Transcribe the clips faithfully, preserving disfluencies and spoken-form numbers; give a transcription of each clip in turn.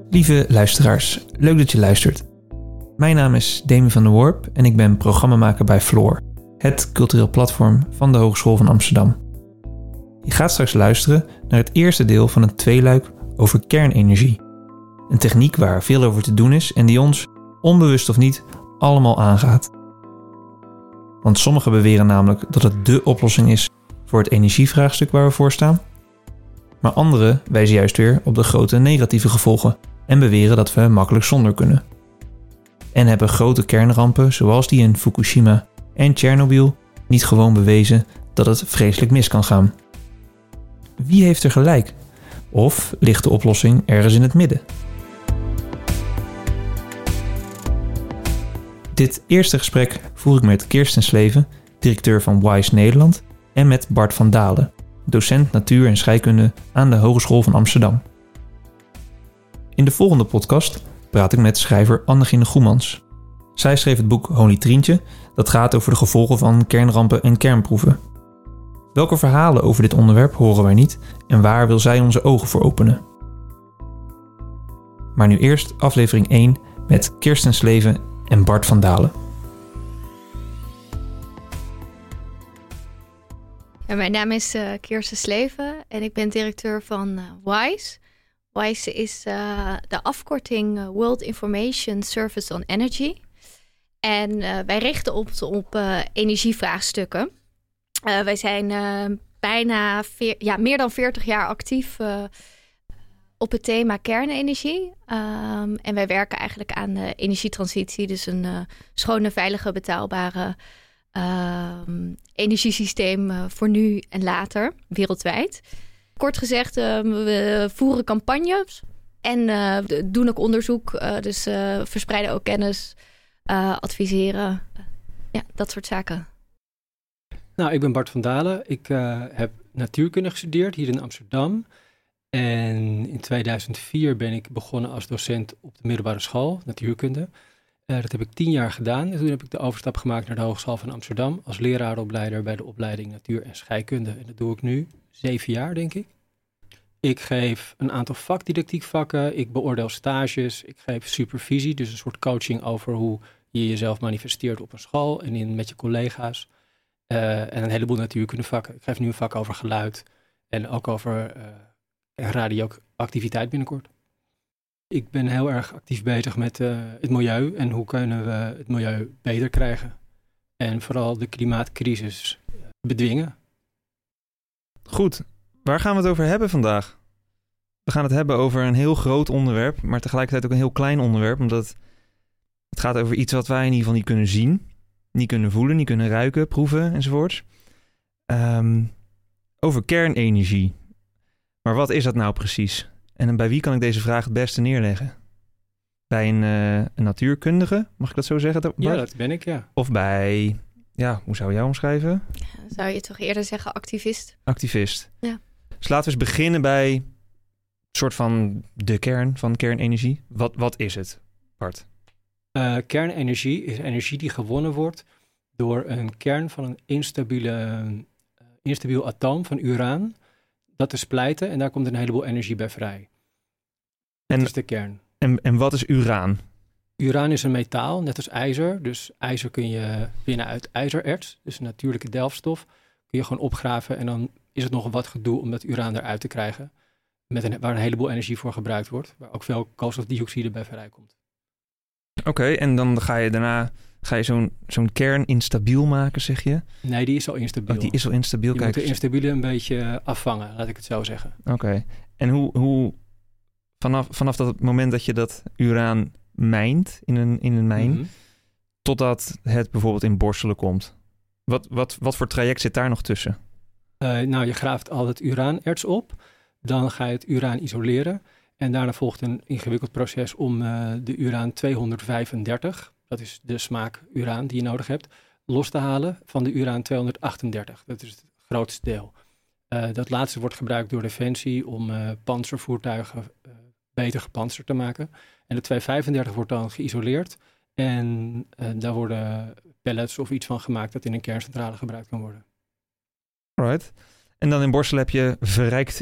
Lieve luisteraars, leuk dat je luistert. Mijn naam is Demi van der Worp en ik ben programmamaker bij Floor, het cultureel platform van de Hogeschool van Amsterdam. Je gaat straks luisteren naar het eerste deel van een tweeluik over kernenergie. Een techniek waar veel over te doen is en die ons, onbewust of niet, allemaal aangaat. Want sommigen beweren namelijk dat het dé oplossing is voor het energievraagstuk waar we voor staan. Maar anderen wijzen juist weer op de grote negatieve gevolgen en beweren dat we makkelijk zonder kunnen. En hebben grote kernrampen zoals die in Fukushima en Tsjernobyl niet gewoon bewezen dat het vreselijk mis kan gaan? Wie heeft er gelijk? Of ligt de oplossing ergens in het midden? Dit eerste gesprek voer ik met Kirsten Sleven, directeur van WISE Nederland, en met Bart van Dalen, docent natuur en scheikunde aan de Hogeschool van Amsterdam. In de volgende podcast praat ik met schrijver Annegien Goemans. Zij schreef het boek Holy Trientje, dat gaat over de gevolgen van kernrampen en kernproeven. Welke verhalen over dit onderwerp horen wij niet en waar wil zij onze ogen voor openen? Maar nu eerst aflevering één met Kirsten Sleven en Bart van Dalen. Ja, mijn naam is uh, Kirsten Sleven en ik ben directeur van uh, WISE. WISE is uh, de afkorting uh, World Information Service on Energy. En uh, wij richten op op uh, energievraagstukken. Uh, wij zijn uh, bijna veer, ja, meer dan veertig jaar actief uh, op het thema kernenergie. Um, en wij werken eigenlijk aan de energietransitie. Dus een uh, schone, veilige, betaalbare uh, energiesysteem uh, voor nu en later, wereldwijd. Kort gezegd, uh, we voeren campagnes en uh, doen ook onderzoek. Uh, dus uh, verspreiden ook kennis, uh, adviseren, uh, ja, dat soort zaken. Nou, ik ben Bart van Dalen. Ik uh, heb natuurkunde gestudeerd hier in Amsterdam. En in tweeduizend vier ben ik begonnen als docent op de middelbare school, natuurkunde. Uh, dat heb ik tien jaar gedaan. En toen heb ik de overstap gemaakt naar de Hogeschool van Amsterdam als leraaropleider bij de opleiding natuur en scheikunde. En dat doe ik nu zeven jaar, denk ik. Ik geef een aantal vakdidactiekvakken. Ik beoordeel stages. Ik geef supervisie, dus een soort coaching over hoe je jezelf manifesteert op een school en in, met je collega's. Uh, en een heleboel natuurkundevakken. Ik geef nu een vak over geluid en ook over uh, radioactiviteit binnenkort. Ik ben heel erg actief bezig met uh, het milieu en hoe kunnen we het milieu beter krijgen. En vooral de klimaatcrisis bedwingen. Goed, waar gaan we het over hebben vandaag? We gaan het hebben over een heel groot onderwerp, maar tegelijkertijd ook een heel klein onderwerp. Omdat het gaat over iets wat wij in ieder geval niet kunnen zien. Niet kunnen voelen, niet kunnen ruiken, proeven enzovoorts. Um, over kernenergie. Maar wat is dat nou precies? En bij wie kan ik deze vraag het beste neerleggen? Bij een, uh, een natuurkundige, mag ik dat zo zeggen, Bart? Ja, dat ben ik, ja. Of bij, ja, hoe zou je jou omschrijven? Zou je toch eerder zeggen activist? Activist. Ja. Dus laten we eens beginnen bij een soort van de kern van kernenergie. Wat, wat is het, Bart? Uh, kernenergie is energie die gewonnen wordt door een kern van een instabiele, uh, instabiel atoom van uraan. Dat te splijten en daar komt een heleboel energie bij vrij. Dat en, is de kern. En, en wat is uraan? Uraan is een metaal, net als ijzer. Dus ijzer kun je winnen uit ijzererts, dus een natuurlijke delfstof. Kun je gewoon opgraven en dan is het nog wat gedoe om dat uraan eruit te krijgen. Met een, waar een heleboel energie voor gebruikt wordt. Waar ook veel koolstofdioxide bij vrijkomt. Oké, okay, en dan ga je daarna ga je zo'n, zo'n kern instabiel maken, zeg je? Nee, die is al instabiel. Oh, die is al instabiel. Je Kijk, moet de instabiele een beetje afvangen, laat ik het zo zeggen. Oké, okay. En hoe, hoe vanaf, vanaf dat moment dat je dat uraan mijnt in een, in een mijn, mm-hmm. totdat het bijvoorbeeld in borstelen komt. Wat, wat, wat voor traject zit daar nog tussen? Uh, nou, je graaft al het uraanerts op. Dan ga je het uraan isoleren. En daarna volgt een ingewikkeld proces om uh, de uraan tweehonderdvijfendertig, dat is de smaak uraan die je nodig hebt, los te halen van de uraan tweehonderdachtendertig. Dat is het grootste deel. Uh, dat laatste wordt gebruikt door Defensie om uh, panzervoertuigen uh, beter gepantserd te maken. En de tweehonderdvijfendertig wordt dan geïsoleerd. En uh, daar worden pellets of iets van gemaakt dat in een kerncentrale gebruikt kan worden. Alright. En dan in Borselen heb je verrijkt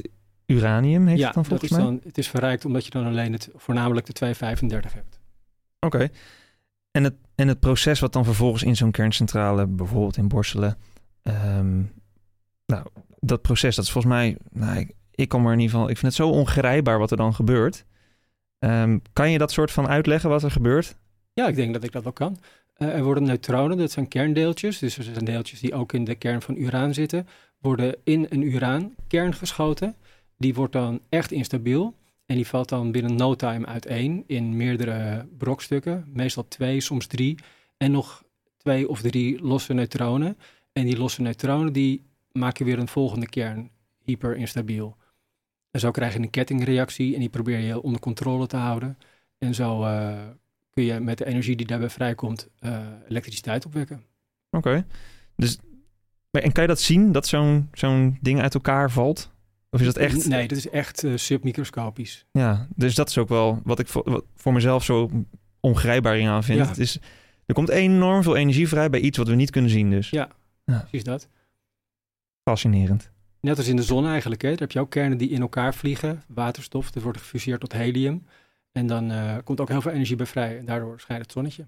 uranium, heet ja, het dan volgens dat is mij? dan, het is verrijkt omdat je dan alleen het, voornamelijk de tweehonderdvijfendertig hebt. Oké. Okay. En, het, en het proces wat dan vervolgens in zo'n kerncentrale, bijvoorbeeld in Borselen... Um, nou, dat proces, dat is volgens mij... Nou, ik, ik kan maar in ieder geval... Ik vind het zo ongrijpbaar wat er dan gebeurt. Um, kan je dat soort van uitleggen wat er gebeurt? Ja, ik denk dat ik dat wel kan. Uh, er worden neutronen, dat zijn kerndeeltjes. Dus er zijn deeltjes die ook in de kern van uraan zitten. Worden in een uraankern geschoten. Die wordt dan echt instabiel. En die valt dan binnen no time uiteen in meerdere brokstukken. Meestal twee, soms drie. En nog twee of drie losse neutronen. En die losse neutronen die maken weer een volgende kern hyper instabiel. En zo krijg je een kettingreactie en die probeer je onder controle te houden. En zo uh, kun je met de energie die daarbij vrijkomt uh, elektriciteit opwekken. Oké. Okay. Dus, en kan je dat zien, dat zo'n, zo'n ding uit elkaar valt? Of is dat echt... Nee, dat is echt uh, submicroscopisch. Ja, dus dat is ook wel wat ik voor, wat voor mezelf zo ongrijpbaar in aan vind. Ja. Het is, er komt enorm veel energie vrij bij iets wat we niet kunnen zien dus. Ja, ja. Precies dat. Fascinerend. Net als in de zon eigenlijk. Hè? Daar heb je ook kernen die in elkaar vliegen. Waterstof, dat wordt gefuseerd tot helium. En dan uh, komt ook heel veel energie bij vrij. En daardoor schijnt het zonnetje.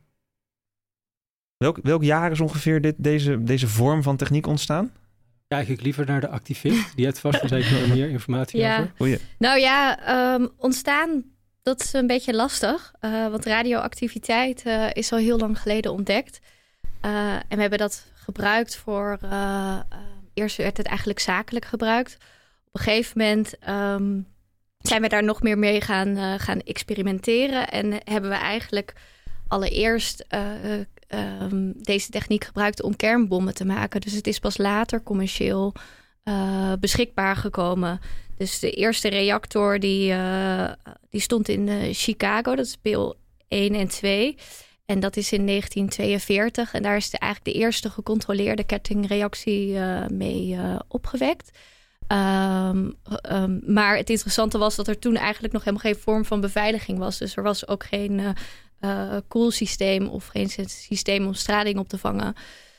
Welk, welk jaar is ongeveer dit, deze, deze vorm van techniek ontstaan? Kijk ik liever naar de activist. Die heeft vast wel zeker meer informatie ja. over. Oh, ja. Nou ja, um, ontstaan, dat is een beetje lastig. Uh, want radioactiviteit uh, is al heel lang geleden ontdekt. Uh, en we hebben dat gebruikt voor... Uh, uh, eerst werd het eigenlijk zakelijk gebruikt. Op een gegeven moment um, zijn we daar nog meer mee gaan, uh, gaan experimenteren. En hebben we eigenlijk allereerst uh, um, deze techniek gebruikt om kernbommen te maken. Dus het is pas later commercieel uh, beschikbaar gekomen. Dus de eerste reactor die, uh, die stond in uh, Chicago. Dat is P L één en twee. En dat is in negentien tweeënveertig. En daar is de, eigenlijk de eerste gecontroleerde kettingreactie uh, mee uh, opgewekt. Um, um, maar het interessante was dat er toen eigenlijk nog helemaal geen vorm van beveiliging was. Dus er was ook geen uh, uh, koelsysteem of geen systeem om straling op te vangen.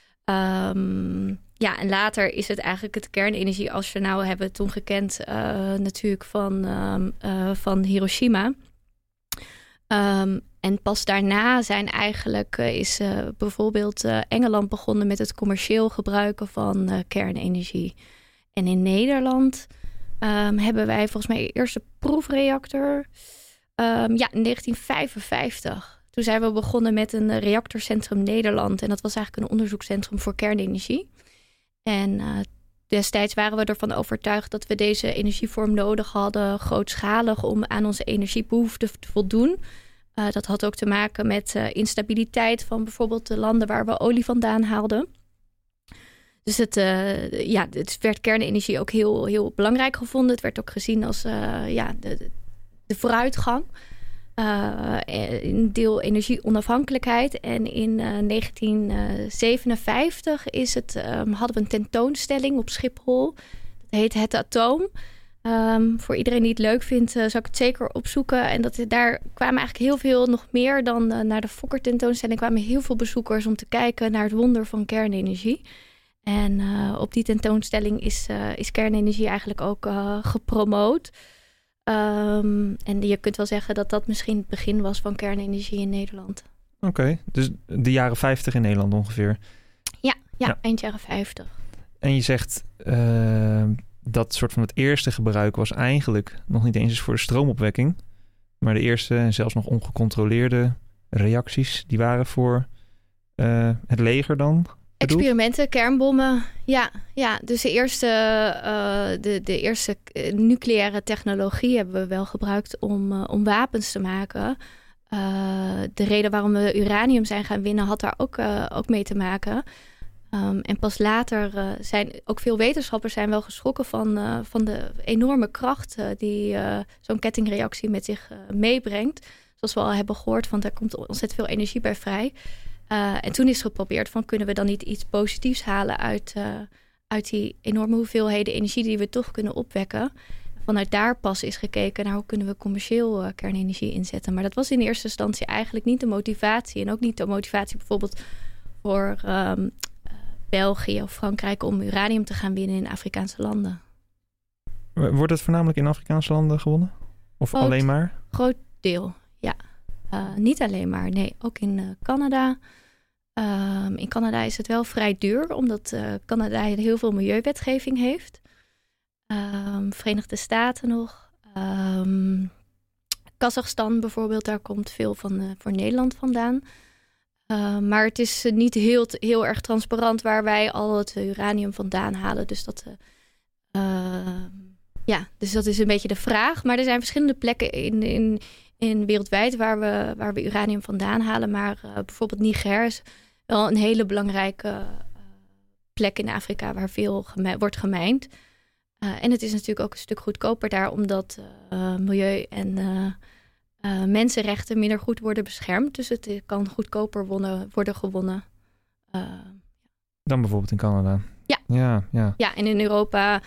Um, ja, en later is het eigenlijk het kernenergiearsenaal hebben we toen gekend uh, natuurlijk van, um, uh, van Hiroshima. Um, en pas daarna zijn eigenlijk uh, is uh, bijvoorbeeld uh, Engeland begonnen met het commercieel gebruiken van uh, kernenergie. En in Nederland um, hebben wij volgens mij de eerste proefreactor um, ja, in negentien vijfenvijftig. Toen zijn we begonnen met een reactorcentrum Nederland. En dat was eigenlijk een onderzoekscentrum voor kernenergie. En uh, destijds waren we ervan overtuigd dat we deze energievorm nodig hadden, grootschalig, om aan onze energiebehoeften te voldoen. Uh, dat had ook te maken met uh, instabiliteit van bijvoorbeeld de landen waar we olie vandaan haalden. Dus het, uh, ja, het werd kernenergie ook heel, heel belangrijk gevonden. Het werd ook gezien als uh, ja, de, de vooruitgang. Uh, een deel energie-onafhankelijkheid. En in uh, negentien zevenenvijftig is het, um, hadden we een tentoonstelling op Schiphol. Dat heet Het Atoom. Um, voor iedereen die het leuk vindt, uh, zou ik het zeker opzoeken. En dat, daar kwamen eigenlijk heel veel, nog meer dan uh, naar de Fokker tentoonstelling, kwamen heel veel bezoekers om te kijken naar het wonder van kernenergie. En uh, op die tentoonstelling is, uh, is kernenergie eigenlijk ook uh, gepromoot. Um, en je kunt wel zeggen dat dat misschien het begin was van kernenergie in Nederland. Oké, okay, dus de jaren vijftig in Nederland ongeveer. Ja, ja, ja. eind jaren vijftig. En je zegt uh, dat soort van het eerste gebruik was eigenlijk nog niet eens voor de stroomopwekking. Maar de eerste en zelfs nog ongecontroleerde reacties, die waren voor uh, het leger dan? Bedoeld? Experimenten, kernbommen, ja. ja. Dus de eerste, uh, de, de eerste nucleaire technologie hebben we wel gebruikt om, uh, om wapens te maken. Uh, de reden waarom we uranium zijn gaan winnen had daar ook, uh, ook mee te maken. Um, en pas later uh, zijn ook veel wetenschappers zijn wel geschrokken van, uh, van de enorme kracht uh, die uh, zo'n kettingreactie met zich uh, meebrengt. Zoals we al hebben gehoord, want daar komt ontzettend veel energie bij vrij. Uh, en toen is geprobeerd van, kunnen we dan niet iets positiefs halen uit, uh, uit die enorme hoeveelheden energie die we toch kunnen opwekken. Vanuit daar pas is gekeken naar hoe kunnen we commercieel uh, kernenergie inzetten. Maar dat was in eerste instantie eigenlijk niet de motivatie. En ook niet de motivatie bijvoorbeeld voor um, uh, België of Frankrijk om uranium te gaan winnen in Afrikaanse landen. Wordt het voornamelijk in Afrikaanse landen gewonnen? Of Groot, alleen maar? Groot deel, ja. Uh, niet alleen maar, nee. Ook in uh, Canada. Um, in Canada is het wel vrij duur, omdat uh, Canada heel veel milieuwetgeving heeft. Um, Verenigde Staten nog. Um, Kazachstan bijvoorbeeld, daar komt veel van uh, voor Nederland vandaan. Uh, maar het is uh, niet heel, heel erg transparant waar wij al het uranium vandaan halen. Dus dat, uh, uh, ja, dus dat is een beetje de vraag. Maar er zijn verschillende plekken in, in, in wereldwijd waar we, waar we uranium vandaan halen. Maar uh, bijvoorbeeld Niger is wel een hele belangrijke uh, plek in Afrika waar veel geme- wordt gemijnd. Uh, en het is natuurlijk ook een stuk goedkoper daar, omdat uh, milieu en uh, uh, mensenrechten minder goed worden beschermd. Dus het kan goedkoper wonnen, worden gewonnen. Uh, Dan bijvoorbeeld in Canada. Ja. Ja, ja. Ja, en in Europa...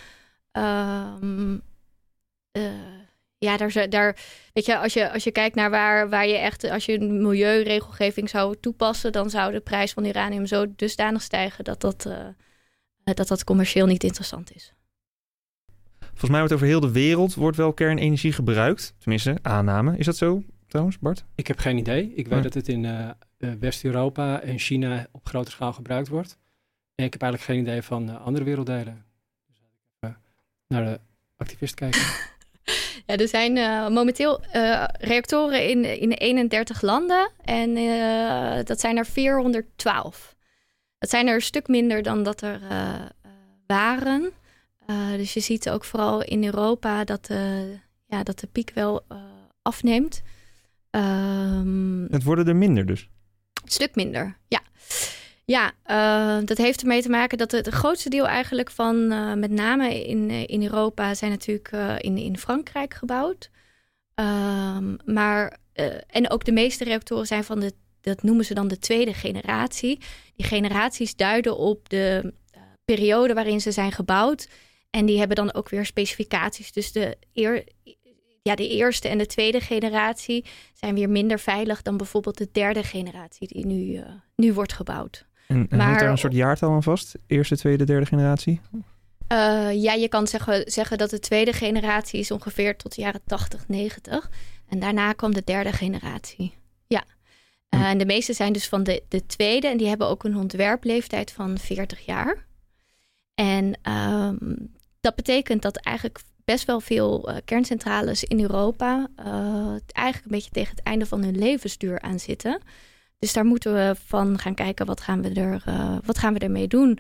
Um, uh, ja, daar, daar... Weet je, als je, als je kijkt naar waar, waar je echt... Als je een milieuregelgeving zou toepassen, dan zou de prijs van uranium zo dusdanig stijgen dat dat, uh, dat, dat commercieel niet interessant is. Volgens mij wordt over heel de wereld wordt wel kernenergie gebruikt. Tenminste, aanname. Is dat zo trouwens, Bart? Ik heb geen idee. Ik weet oh. dat het in uh, West-Europa en China op grote schaal gebruikt wordt. En ik heb eigenlijk geen idee van uh, andere werelddelen. Dus uh, naar de activist kijken. Ja, er zijn uh, momenteel uh, reactoren in, in eenendertig landen. En uh, dat zijn er vierhonderdtwaalf. Dat zijn er een stuk minder dan dat er uh, uh, waren. Uh, dus je ziet ook vooral in Europa dat, uh, ja, dat de piek wel uh, afneemt. Um, het worden er minder dus? Een stuk minder, ja. Ja, uh, dat heeft ermee te maken dat het, het grootste deel eigenlijk van... Uh, met name in, in Europa zijn natuurlijk uh, in, in Frankrijk gebouwd. Um, maar, uh, en ook de meeste reactoren zijn van de... dat noemen ze dan de tweede generatie. Die generaties duiden op de uh, periode waarin ze zijn gebouwd... En die hebben dan ook weer specificaties. Dus de, eer, ja, de eerste en de tweede generatie zijn weer minder veilig dan bijvoorbeeld de derde generatie die nu, uh, nu wordt gebouwd. En, en maar, hangt daar een soort jaartal aan vast? Eerste, tweede, derde generatie? Uh, ja, je kan zeggen, zeggen dat de tweede generatie is ongeveer tot de jaren tachtig, negentig. En daarna kwam de derde generatie. Ja. Uh, hm. En de meeste zijn dus van de, de tweede. En die hebben ook een ontwerpleeftijd van veertig jaar. En um, dat betekent dat eigenlijk best wel veel uh, kerncentrales in Europa... Uh, eigenlijk een beetje tegen het einde van hun levensduur aan zitten. Dus daar moeten we van gaan kijken, wat gaan we, er, uh, wat gaan we ermee doen?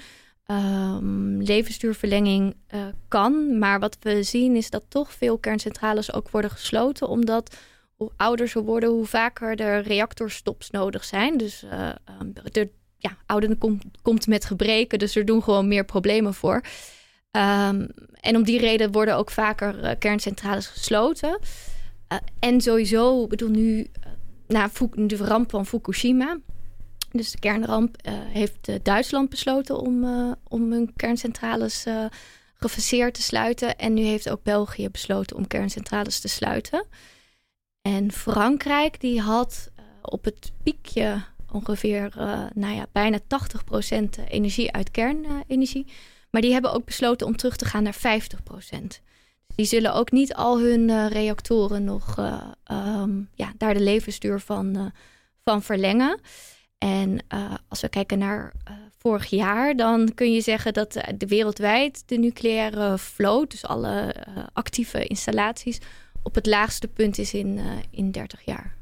Um, levensduurverlenging uh, kan, maar wat we zien is dat toch veel kerncentrales ook worden gesloten... omdat hoe ouder ze worden, hoe vaker de reactorstops nodig zijn. Dus uh, de ja, ouder komt, komt met gebreken, dus er doen gewoon meer problemen voor... Um, en om die reden worden ook vaker uh, kerncentrales gesloten. Uh, en sowieso, ik bedoel nu, uh, na Fu- de ramp van Fukushima... dus de kernramp, uh, heeft uh, Duitsland besloten om, uh, om hun kerncentrales uh, gefaseerd te sluiten. En nu heeft ook België besloten om kerncentrales te sluiten. En Frankrijk, die had uh, op het piekje ongeveer uh, nou ja, bijna tachtig procent energie uit kernenergie... Uh, Maar die hebben ook besloten om terug te gaan naar vijftig procent. Dus die zullen ook niet al hun uh, reactoren nog uh, um, ja, daar de levensduur van, uh, van verlengen. En uh, als we kijken naar uh, vorig jaar, dan kun je zeggen dat uh, de wereldwijd de nucleaire vloot, dus alle uh, actieve installaties, op het laagste punt is in, uh, in dertig jaar.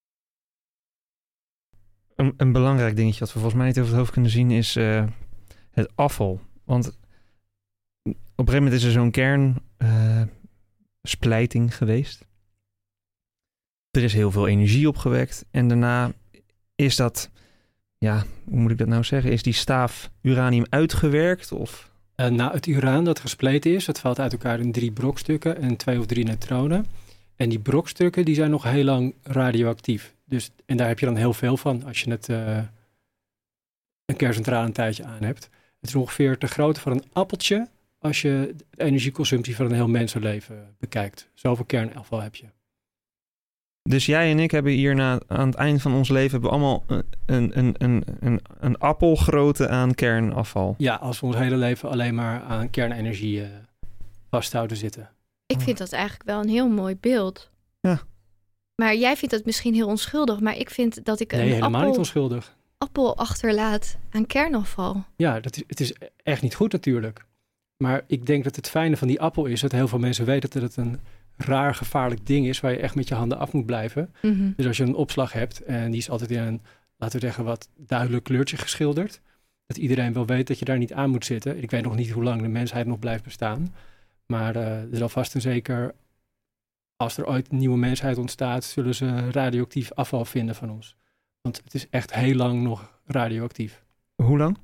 Een, een belangrijk dingetje wat we volgens mij niet over het hoofd kunnen zien is uh, het afval. Want op een gegeven moment is er zo'n kernsplijting uh, geweest. Er is heel veel energie opgewekt. En daarna is dat, ja, hoe moet ik dat nou zeggen? Is die staaf uranium uitgewerkt? Of? Uh, nou, het uraan dat gespleten is, dat valt uit elkaar in drie brokstukken en twee of drie neutronen. En die brokstukken die zijn nog heel lang radioactief. Dus, en daar heb je dan heel veel van als je het uh, een kerncentrale een tijdje aan hebt. Het is ongeveer de grootte van een appeltje als je de energieconsumptie van een heel mensenleven bekijkt. Zoveel kernafval heb je. Dus jij en ik hebben hierna aan het eind van ons leven hebben we allemaal een, een, een, een, een appelgrootte aan kernafval. Ja, als we ons hele leven alleen maar aan kernenergie uh, vasthouden zitten. Ik vind dat eigenlijk wel een heel mooi beeld. Ja. Maar jij vindt het misschien heel onschuldig. Maar ik vind dat ik Nee, een helemaal appel, niet onschuldig. appel achterlaat aan kernafval. Ja, dat is, het is echt niet goed natuurlijk. Maar ik denk dat het fijne van die appel is dat heel veel mensen weten dat het een raar gevaarlijk ding is waar je echt met je handen af moet blijven. Mm-hmm. Dus als je een opslag hebt en die is altijd in een, laten we zeggen, wat duidelijk kleurtje geschilderd. Dat iedereen wel weet dat je daar niet aan moet zitten. Ik weet nog niet hoe lang de mensheid nog blijft bestaan. Maar uh, er zal vast en zeker, als er ooit een nieuwe mensheid ontstaat, zullen ze radioactief afval vinden van ons. Want het is echt heel lang nog radioactief. Hoe lang?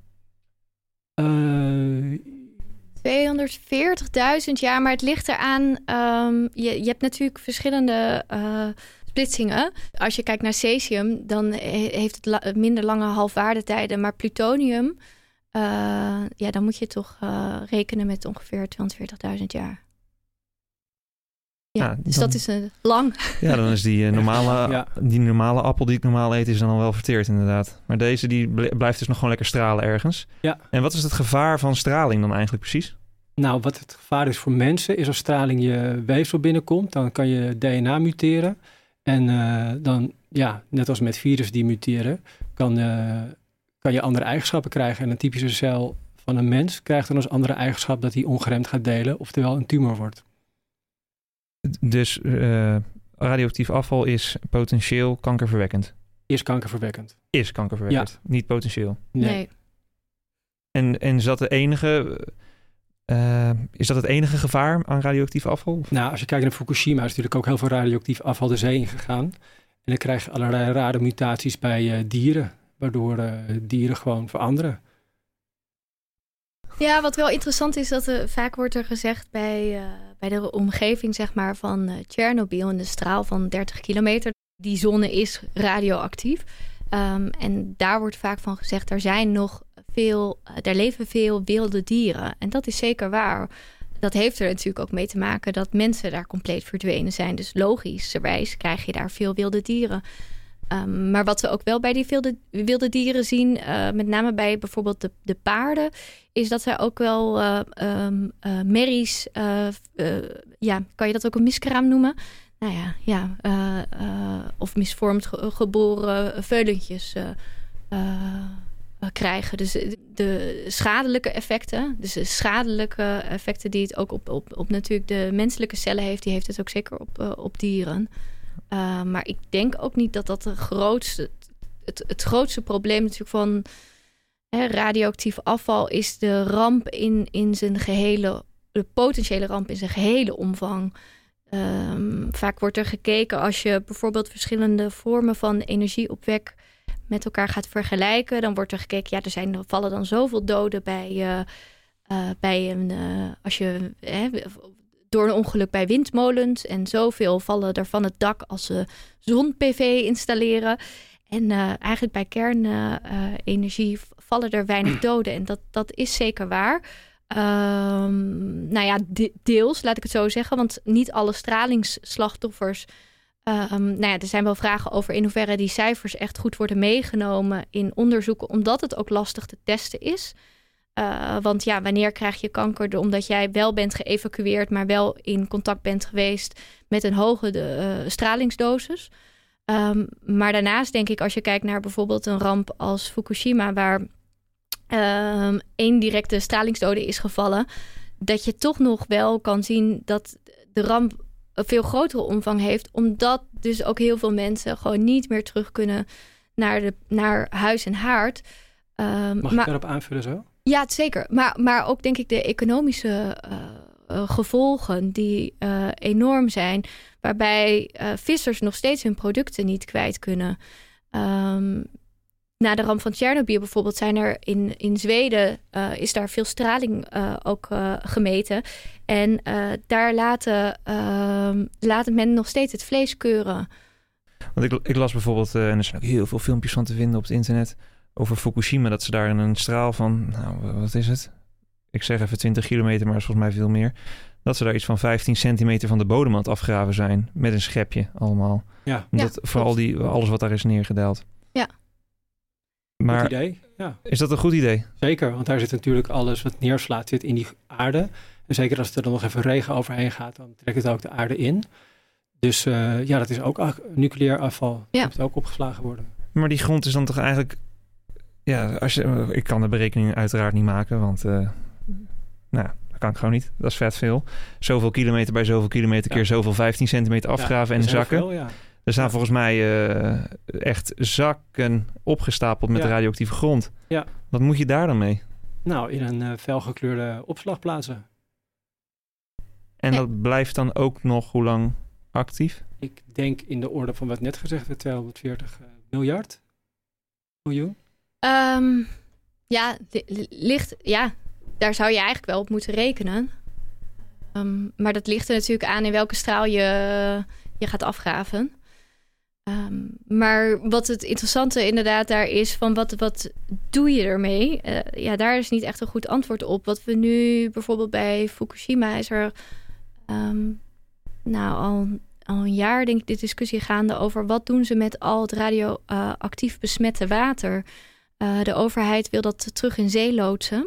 Uh, tweehonderdveertigduizend jaar, maar het ligt eraan. Um, je, je hebt natuurlijk verschillende uh, splitsingen. Als je kijkt naar cesium, dan he- heeft het la- minder lange halfwaardetijden. Maar plutonium, uh, ja, dan moet je toch uh, rekenen met ongeveer tweehonderdveertigduizend jaar. Ja, Ja, dus dan- dat is een lang. Ja, dan is die, uh, normale, Ja. die normale appel die ik normaal eet, is dan al wel verteerd inderdaad. Maar deze die bl- blijft dus nog gewoon lekker stralen ergens. Ja. En wat is het gevaar van straling dan eigenlijk precies? Nou, wat het gevaar is voor mensen, is als straling je weefsel binnenkomt, dan kan je D N A muteren. En uh, dan, ja, net als met virussen die muteren, kan, uh, kan je andere eigenschappen krijgen. En een typische cel van een mens krijgt dan als andere eigenschap dat hij ongeremd gaat delen, oftewel een tumor wordt. Dus uh, radioactief afval is potentieel kankerverwekkend. Is kankerverwekkend. Is kankerverwekkend, Ja. niet potentieel. Nee. Nee. En, en is dat de enige... Uh, is dat het enige gevaar aan radioactief afval? Nou, als je kijkt naar Fukushima, is natuurlijk ook heel veel radioactief afval de zee ingegaan. En dan krijg je allerlei rare mutaties bij uh, dieren, waardoor uh, dieren gewoon veranderen. Ja, wat wel interessant is, dat er vaak wordt er gezegd bij, uh, bij de omgeving zeg maar, van uh, Tsjernobyl, in de straal van dertig kilometer. Die zone is radioactief. Um, en daar wordt vaak van gezegd, er zijn nog veel, uh, er leven veel wilde dieren. En dat is zeker waar. Dat heeft er natuurlijk ook mee te maken dat mensen daar compleet verdwenen zijn. Dus logischerwijs krijg je daar veel wilde dieren. Um, maar wat we ook wel bij die wilde, wilde dieren zien, uh, met name bij bijvoorbeeld de, de paarden, is dat zij ook wel uh, um, uh, merries, uh, uh, ja, kan je dat ook een miskraam noemen? Nou ja, ja uh, uh, of misvormd ge- geboren veulentjes uh, uh, krijgen. Dus de schadelijke effecten, dus de schadelijke effecten die het ook op, op, op natuurlijk de menselijke cellen heeft, die heeft het ook zeker op, uh, op dieren. Uh, maar ik denk ook niet dat dat de grootste, het, het grootste probleem natuurlijk van hè, radioactief afval is de ramp in, in zijn gehele, de potentiële ramp in zijn gehele omvang. Um, vaak wordt er gekeken als je bijvoorbeeld verschillende vormen van energieopwek met elkaar gaat vergelijken. Dan wordt er gekeken, ja, er zijn, er vallen dan zoveel doden bij, uh, uh, bij een, uh, als je hè, door een ongeluk bij windmolens. En zoveel vallen er van het dak als ze zon-P V installeren. En uh, eigenlijk bij kernenergie uh, vallen er weinig doden. En dat, dat is zeker waar. Um, nou ja, de, deels, laat ik het zo zeggen. Want niet alle stralingsslachtoffers. Um, nou ja, er zijn wel vragen over in hoeverre die cijfers echt goed worden meegenomen in onderzoeken. Omdat het ook lastig te testen is. Uh, want ja, wanneer krijg je kanker? Omdat jij wel bent geëvacueerd, maar wel in contact bent geweest met een hoge de, uh, stralingsdosis. Um, maar daarnaast denk ik, als je kijkt naar bijvoorbeeld een ramp als Fukushima, waar um, één directe stralingsdode is gevallen, dat je toch nog wel kan zien dat de ramp een veel grotere omvang heeft, omdat dus ook heel veel mensen gewoon niet meer terug kunnen naar, de, naar huis en haard. Um, Mag maar, ik daarop aanvullen zo? Ja, zeker. Maar, maar ook denk ik de economische uh, uh, gevolgen die uh, enorm zijn, waarbij uh, vissers nog steeds hun producten niet kwijt kunnen. Um, na de ramp van Tsjernobyl bijvoorbeeld zijn er in, in Zweden uh, is daar veel straling uh, ook uh, gemeten. En uh, daar laten, uh, laten men nog steeds het vlees keuren. Want ik, ik las bijvoorbeeld, uh, en er zijn ook heel veel filmpjes van te vinden op het internet, over Fukushima, dat ze daar in een straal van, nou, wat is het? Ik zeg even twintig kilometer, maar dat is volgens mij veel meer. Dat ze daar iets van vijftien centimeter van de bodem aan het afgraven zijn. Met een schepje allemaal. Ja. Omdat, Ja, vooral die, alles wat daar is neergedaald. Ja. Maar Goed idee. Ja. is dat een goed idee? Zeker, want daar zit natuurlijk alles wat neerslaat zit in die aarde. En zeker als er dan nog even regen overheen gaat, dan trekt het ook de aarde in. Dus uh, ja, dat is ook nucleair afval. Ja. Dat moet ook opgeslagen worden. Maar die grond is dan toch eigenlijk... Ja, als je, ik kan de berekening uiteraard niet maken, want... Uh, nou, dat kan ik gewoon niet. Dat is vet veel. Zoveel kilometer bij zoveel kilometer ja. keer zoveel vijftien centimeter afgraven ja, en zakken. Veel, ja. Er staan ja. volgens mij uh, echt zakken opgestapeld met ja. radioactieve grond. Ja. Wat moet je daar dan mee? Nou, in een uh, felgekleurde opslag plaatsen. En dat ja. blijft dan ook nog hoe lang actief? Ik denk in de orde van wat net gezegd werd, tweehonderdveertig uh, miljard miljoen. Um, ja, li- ligt, ja, daar zou je eigenlijk wel op moeten rekenen. Um, maar dat ligt er natuurlijk aan in welke straal je, je gaat afgraven. Um, maar wat het interessante inderdaad daar is van wat, wat doe je ermee? Uh, ja, daar is niet echt een goed antwoord op. Wat we nu bijvoorbeeld bij Fukushima is er um, nou al, al een jaar denk ik de discussie gaande over wat doen ze met al het radioactief uh, besmette water. Uh, de overheid wil dat terug in zee loodsen.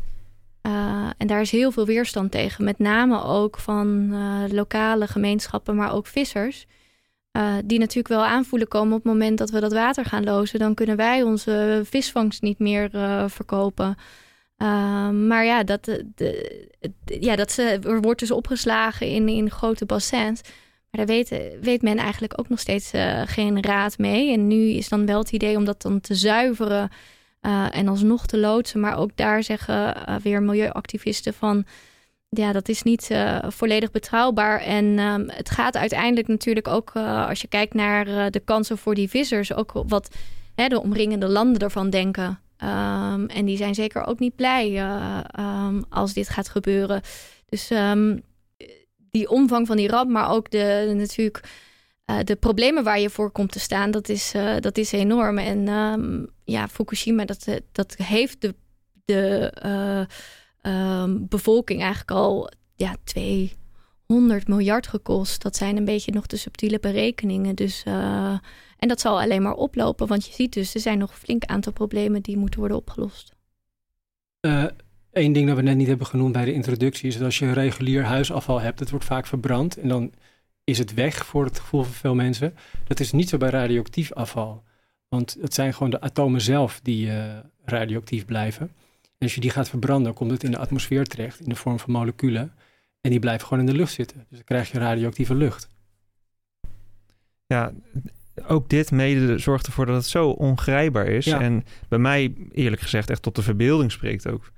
Uh, en daar is heel veel weerstand tegen. Met name ook van uh, lokale gemeenschappen, maar ook vissers. Uh, die natuurlijk wel aanvoelen komen op het moment dat we dat water gaan lozen. Dan kunnen wij onze visvangst niet meer uh, verkopen. Uh, maar ja, dat, de, de, ja, dat ze, er wordt dus opgeslagen in, in grote bassins. Maar daar weet, weet men eigenlijk ook nog steeds uh, geen raad mee. En nu is dan wel het idee om dat dan te zuiveren uh, en alsnog te loodsen. Maar ook daar zeggen uh, weer milieuactivisten van... ja, dat is niet uh, volledig betrouwbaar. En um, het gaat uiteindelijk natuurlijk ook... Uh, als je kijkt naar uh, de kansen voor die vissers... ook wat hè, de omringende landen ervan denken. Um, en die zijn zeker ook niet blij uh, um, als dit gaat gebeuren. Dus... Um, die omvang van die ramp, maar ook de, natuurlijk uh, de problemen waar je voor komt te staan, dat is, uh, dat is enorm. En um, ja, Fukushima, dat, dat heeft de, de uh, um, bevolking eigenlijk al ja, tweehonderd miljard gekost. Dat zijn een beetje nog de subtiele berekeningen. Dus, uh, en dat zal alleen maar oplopen, want je ziet dus, er zijn nog een flink aantal problemen die moeten worden opgelost. Uh, Eén ding dat we net niet hebben genoemd bij de introductie is dat als je regulier huisafval hebt, dat wordt vaak verbrand en dan is het weg voor het gevoel van veel mensen. Dat is niet zo bij radioactief afval, want het zijn gewoon de atomen zelf die uh, radioactief blijven. En als je die gaat verbranden, komt het in de atmosfeer terecht in de vorm van moleculen en die blijven gewoon in de lucht zitten. Dus dan krijg je radioactieve lucht. Ja, ook dit mede zorgt ervoor dat het zo ongrijpbaar is. Ja. En bij mij eerlijk gezegd echt tot de verbeelding spreekt ook.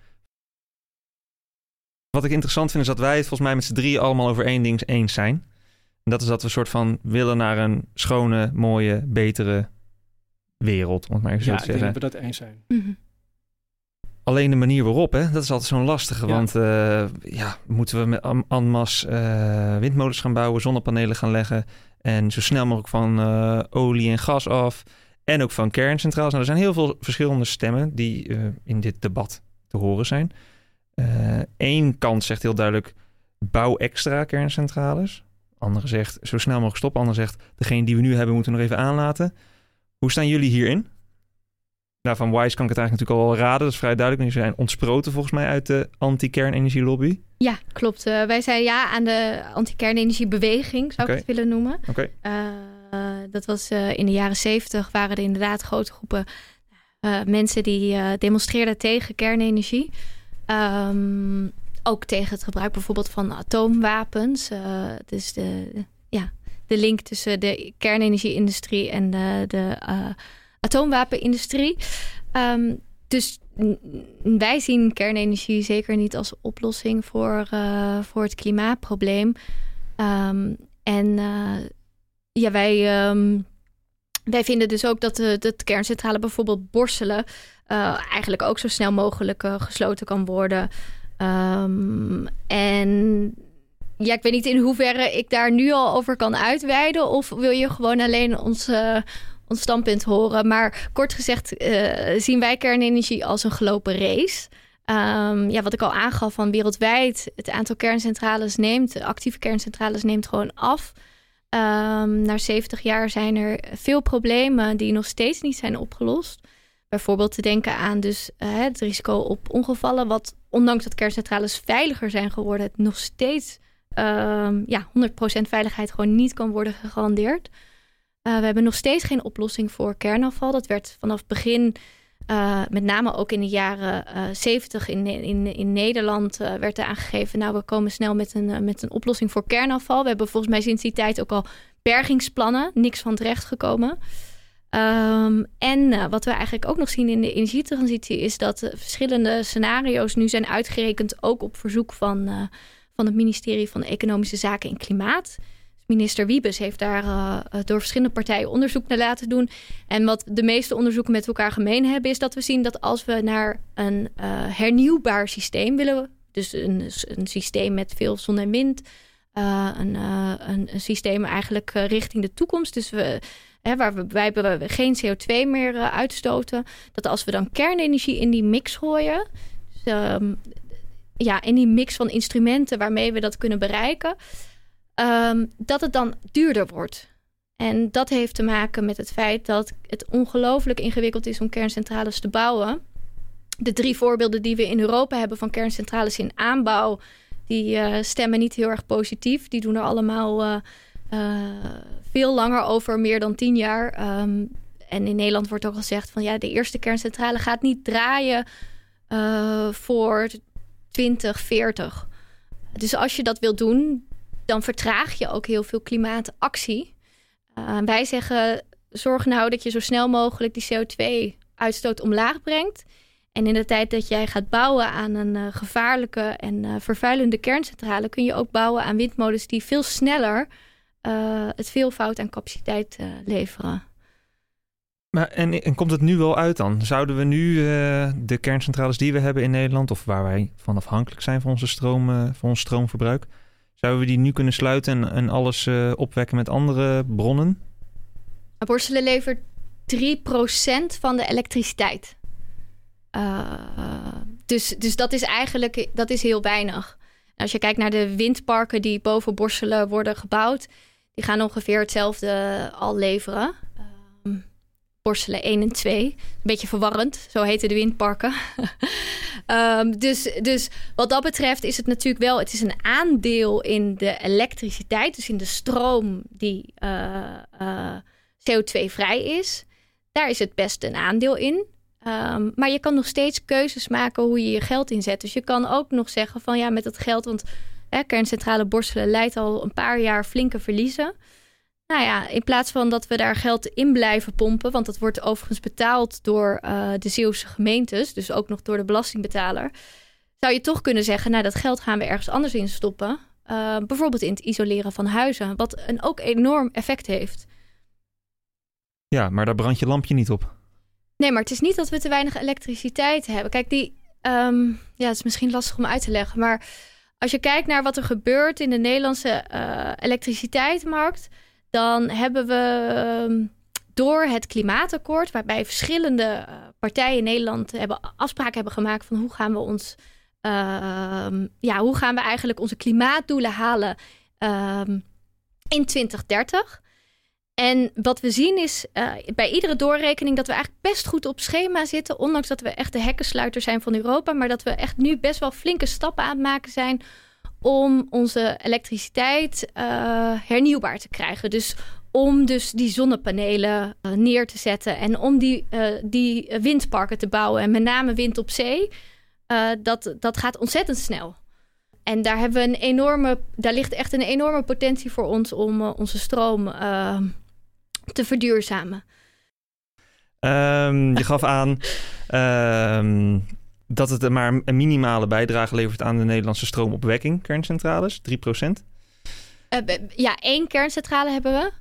Wat ik interessant vind is dat wij het volgens mij met z'n drieën allemaal over één ding eens zijn. En dat is dat we een soort van willen naar een schone, mooie, betere wereld. Om het maar even ja, zo te zeggen. Ja, ik denk dat we dat eens zijn. Mm-hmm. Alleen de manier waarop, hè, dat is altijd zo'n lastige. Ja. Want uh, ja, moeten we met en masse uh, windmolens gaan bouwen, zonnepanelen gaan leggen. En zo snel mogelijk van uh, olie en gas af. En ook van kerncentrales. Nou, er zijn heel veel verschillende stemmen die uh, in dit debat te horen zijn. Eén uh, kant zegt heel duidelijk, bouw extra kerncentrales. Andere zegt, zo snel mogelijk stoppen. Andere zegt, degene die we nu hebben moeten we nog even aanlaten. Hoe staan jullie hierin? Nou, van Wise kan ik het eigenlijk natuurlijk al wel raden. Dat is vrij duidelijk. Want jullie zijn ontsproten volgens mij uit de anti-kernenergielobby. Ja, klopt. Uh, wij zijn ja aan de anti-kernenergiebeweging, zou okay. ik het willen noemen. Okay. Uh, dat was uh, in de jaren zeventig waren er inderdaad grote groepen uh, mensen die uh, demonstreerden tegen kernenergie. Um, ook tegen het gebruik bijvoorbeeld van atoomwapens. Uh, dus de, ja, de link tussen de kernenergie-industrie en de, de uh, atoomwapenindustrie. Um, dus n- wij zien kernenergie zeker niet als oplossing voor, uh, voor het klimaatprobleem. Um, en uh, ja, wij, um, wij vinden dus ook dat de, de kerncentrale bijvoorbeeld Borselen Uh, eigenlijk ook zo snel mogelijk uh, gesloten kan worden. Um, en ja, ik weet niet in hoeverre ik daar nu al over kan uitweiden. Of wil je gewoon alleen ons, uh, ons standpunt horen? Maar kort gezegd uh, zien wij kernenergie als een gelopen race. Um, ja, wat ik al aangaf van wereldwijd. Het aantal kerncentrales neemt, actieve kerncentrales neemt gewoon af. Um, na zeventig jaar zijn er veel problemen die nog steeds niet zijn opgelost. Bijvoorbeeld te denken aan dus, uh, het risico op ongevallen, wat ondanks dat kerncentrales veiliger zijn geworden, het nog steeds um, ja, honderd procent veiligheid gewoon niet kan worden gegarandeerd. Uh, we hebben nog steeds geen oplossing voor kernafval. Dat werd vanaf het begin, uh, met name ook in de jaren uh, zeventig in, in, in Nederland, uh, werd er aangegeven, nou, we komen snel met een, uh, met een oplossing voor kernafval. We hebben volgens mij sinds die tijd ook al bergingsplannen, niks van terecht gekomen. Um, en uh, wat we eigenlijk ook nog zien in de energietransitie is dat uh, verschillende scenario's nu zijn uitgerekend, ook op verzoek van, uh, van het ministerie van Economische Zaken en Klimaat. Minister Wiebes heeft daar uh, door verschillende partijen onderzoek naar laten doen. En wat de meeste onderzoeken met elkaar gemeen hebben, is dat we zien dat als we naar een uh, hernieuwbaar systeem willen, dus een, een systeem met veel zon en wind, uh, een, uh, een, een systeem eigenlijk uh, richting de toekomst, dus we, hè, waar we, wij we geen C O twee meer uh, uitstoten, dat als we dan kernenergie in die mix gooien, dus, um, ja, in die mix van instrumenten waarmee we dat kunnen bereiken, Um, dat het dan duurder wordt. En dat heeft te maken met het feit dat het ongelooflijk ingewikkeld is om kerncentrales te bouwen. De drie voorbeelden die we in Europa hebben van kerncentrales in aanbouw, die uh, stemmen niet heel erg positief. Die doen er allemaal uh, uh, veel langer over, meer dan tien jaar. Um, en in Nederland wordt ook al gezegd van ja, de eerste kerncentrale gaat niet draaien uh, voor twintig veertig. Dus als je dat wil doen, dan vertraag je ook heel veel klimaatactie. Uh, wij zeggen, zorg nou dat je zo snel mogelijk die C O twee uitstoot omlaag brengt. En in de tijd dat jij gaat bouwen aan een uh, gevaarlijke en uh, vervuilende kerncentrale, kun je ook bouwen aan windmolens die veel sneller uh, het veelvoud aan capaciteit uh, leveren. Maar en, en komt het nu wel uit dan? Zouden we nu uh, de kerncentrales die we hebben in Nederland, of waar wij van afhankelijk zijn van onze stroom, uh, van ons stroomverbruik, zouden we die nu kunnen sluiten en, en alles uh, opwekken met andere bronnen? Borselen levert drie procent van de elektriciteit. Uh, dus, dus dat is eigenlijk dat is heel weinig. En als je kijkt naar de windparken die boven Borselen worden gebouwd, die gaan ongeveer hetzelfde al leveren. Uh, Borselen één en twee. Een beetje verwarrend, zo heten de windparken. um, dus, dus wat dat betreft is het natuurlijk wel, het is een aandeel in de elektriciteit, dus in de stroom die uh, uh, C O twee vrij is. Daar is het best een aandeel in. Um, maar je kan nog steeds keuzes maken hoe je je geld inzet. Dus je kan ook nog zeggen van ja, met dat geld, want hè, kerncentrale Borselen leidt al een paar jaar flinke verliezen. Nou ja, in plaats van dat we daar geld in blijven pompen, want dat wordt overigens betaald door uh, de Zeeuwse gemeentes, dus ook nog door de belastingbetaler, zou je toch kunnen zeggen, nou dat geld gaan we ergens anders in stoppen. Uh, bijvoorbeeld in het isoleren van huizen, wat een ook enorm effect heeft. Ja, maar daar brandt je lampje niet op. Nee, maar het is niet dat we te weinig elektriciteit hebben. Kijk, die, um, ja, het is misschien lastig om uit te leggen, maar als je kijkt naar wat er gebeurt in de Nederlandse uh, elektriciteitsmarkt, dan hebben we um, door het klimaatakkoord, waarbij verschillende uh, partijen in Nederland hebben afspraken hebben gemaakt van hoe gaan we ons, uh, um, ja, hoe gaan we eigenlijk onze klimaatdoelen halen um, in twintig dertig. En wat we zien is uh, bij iedere doorrekening dat we eigenlijk best goed op schema zitten, ondanks dat we echt de hekkensluiter zijn van Europa, maar dat we echt nu best wel flinke stappen aan het maken zijn om onze elektriciteit uh, hernieuwbaar te krijgen. Dus om dus die zonnepanelen uh, neer te zetten en om die, uh, die windparken te bouwen. En met name wind op zee, uh, dat, dat gaat ontzettend snel. En daar, hebben we een enorme, daar ligt echt een enorme potentie voor ons om uh, onze stroom uh, te verduurzamen. Um, je gaf aan um, dat het maar een minimale bijdrage levert aan de Nederlandse stroomopwekking, kerncentrales, drie procent. Uh, ja, één kerncentrale hebben we.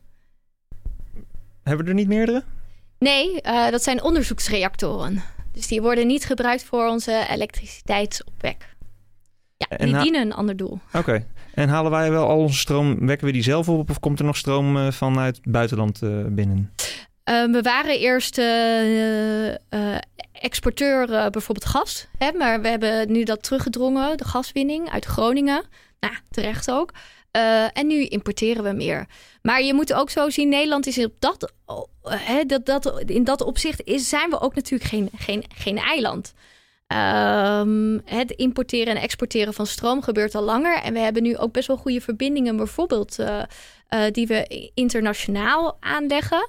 Hebben we er niet meerdere? Nee, uh, dat zijn onderzoeksreactoren. Dus die worden niet gebruikt voor onze elektriciteitsopwek. Ja, en die ha- dienen een ander doel. Oké. Okay. En halen wij wel al onze stroom, wekken we die zelf op of komt er nog stroom uh, vanuit het buitenland uh, binnen? Uh, we waren eerst uh, uh, exporteur uh, bijvoorbeeld gas. Hè, maar we hebben nu dat teruggedrongen, de gaswinning uit Groningen. Nou, terecht ook. Uh, en nu importeren we meer. Maar je moet ook zo zien, Nederland is op dat, uh, hè, dat, dat, in dat opzicht is, zijn we ook natuurlijk geen, geen, geen eiland. Um, het importeren en exporteren van stroom gebeurt al langer. En we hebben nu ook best wel goede verbindingen, bijvoorbeeld uh, uh, die we internationaal aanleggen.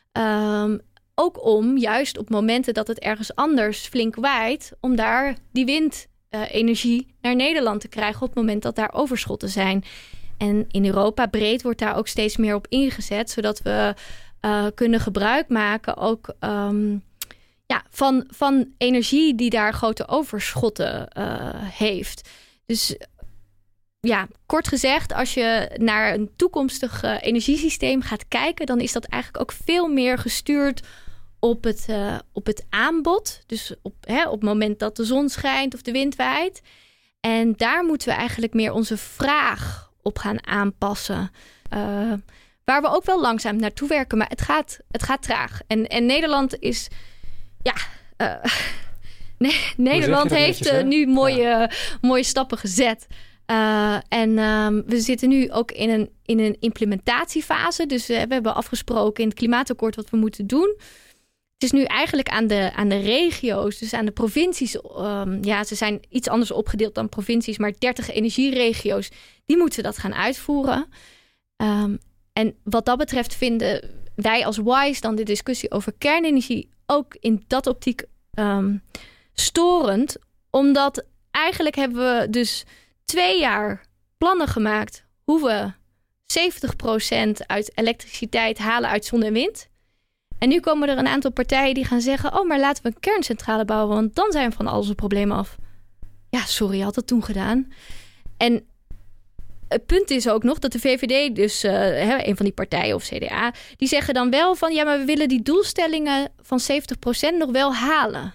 Um, ook om juist op momenten dat het ergens anders flink waait, om daar die windenergie uh, naar Nederland te krijgen op het moment dat daar overschotten zijn. En in Europa breed wordt daar ook steeds meer op ingezet, zodat we uh, kunnen gebruik maken ook um, ja, van, van energie die daar grote overschotten uh, heeft. Dus ja, kort gezegd, als je naar een toekomstig uh, energiesysteem gaat kijken, dan is dat eigenlijk ook veel meer gestuurd op het, uh, op het aanbod. Dus op, hè, op het moment dat de zon schijnt of de wind waait. En daar moeten we eigenlijk meer onze vraag op gaan aanpassen. Uh, waar we ook wel langzaam naartoe werken, maar het gaat, het gaat traag. En, en Nederland is, ja, uh, nee, Nederland heeft netjes, uh, nu mooie, ja. mooie stappen gezet. Uh, en um, we zitten nu ook in een, in een implementatiefase. Dus uh, we hebben afgesproken in het klimaatakkoord wat we moeten doen. Het is nu eigenlijk aan de, aan de regio's, dus aan de provincies. Um, ja, ze zijn iets anders opgedeeld dan provincies, maar dertig energieregio's, die moeten dat gaan uitvoeren. Um, en wat dat betreft vinden wij als WISE dan de discussie over kernenergie ook in dat optiek um, storend. Omdat eigenlijk hebben we dus twee jaar plannen gemaakt hoe we zeventig procent uit elektriciteit halen uit zon en wind. En nu komen er een aantal partijen die gaan zeggen, oh, maar laten we een kerncentrale bouwen, want dan zijn we van al onze problemen af. Ja, sorry, je had het toen gedaan. En het punt is ook nog dat de V V D, dus uh, een van die partijen of C D A, die zeggen dan wel van, ja, maar we willen die doelstellingen van zeventig procent nog wel halen.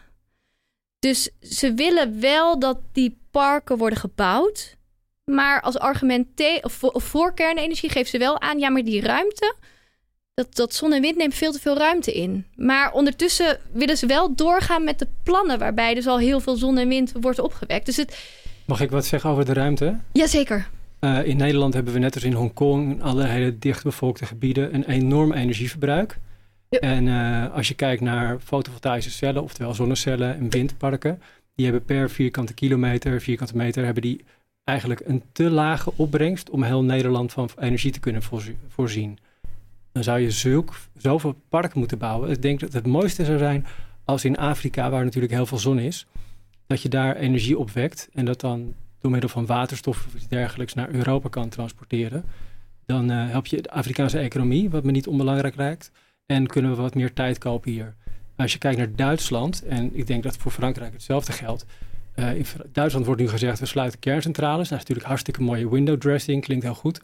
Dus ze willen wel dat die parken worden gebouwd, maar als argument te- of voor, of voor kernenergie geven ze wel aan, ja, maar die ruimte, Dat, dat zon en wind neemt veel te veel ruimte in. Maar ondertussen willen ze wel doorgaan met de plannen, waarbij dus al heel veel zon en wind wordt opgewekt. Dus het... Mag ik wat zeggen over de ruimte? Jazeker. Uh, in Nederland hebben we net als in Hongkong, in alle hele dichtbevolkte gebieden, een enorm energieverbruik. Ja. En uh, als je kijkt naar fotovoltaïsche cellen, oftewel zonnecellen en windparken, die hebben per vierkante kilometer, vierkante meter, hebben die eigenlijk een te lage opbrengst om heel Nederland van energie te kunnen voorzien. Dan zou je zulk, zoveel parken moeten bouwen. Ik denk dat het mooiste zou zijn als in Afrika, waar natuurlijk heel veel zon is, dat je daar energie opwekt en dat dan door middel van waterstof of iets dergelijks naar Europa kan transporteren. Dan uh, help je de Afrikaanse economie, wat me niet onbelangrijk lijkt. En kunnen we wat meer tijd kopen hier. Als je kijkt naar Duitsland, en ik denk dat voor Frankrijk hetzelfde geldt. Uh, in Duitsland wordt nu gezegd, we sluiten kerncentrales. Dat is natuurlijk hartstikke mooie window dressing, klinkt heel goed.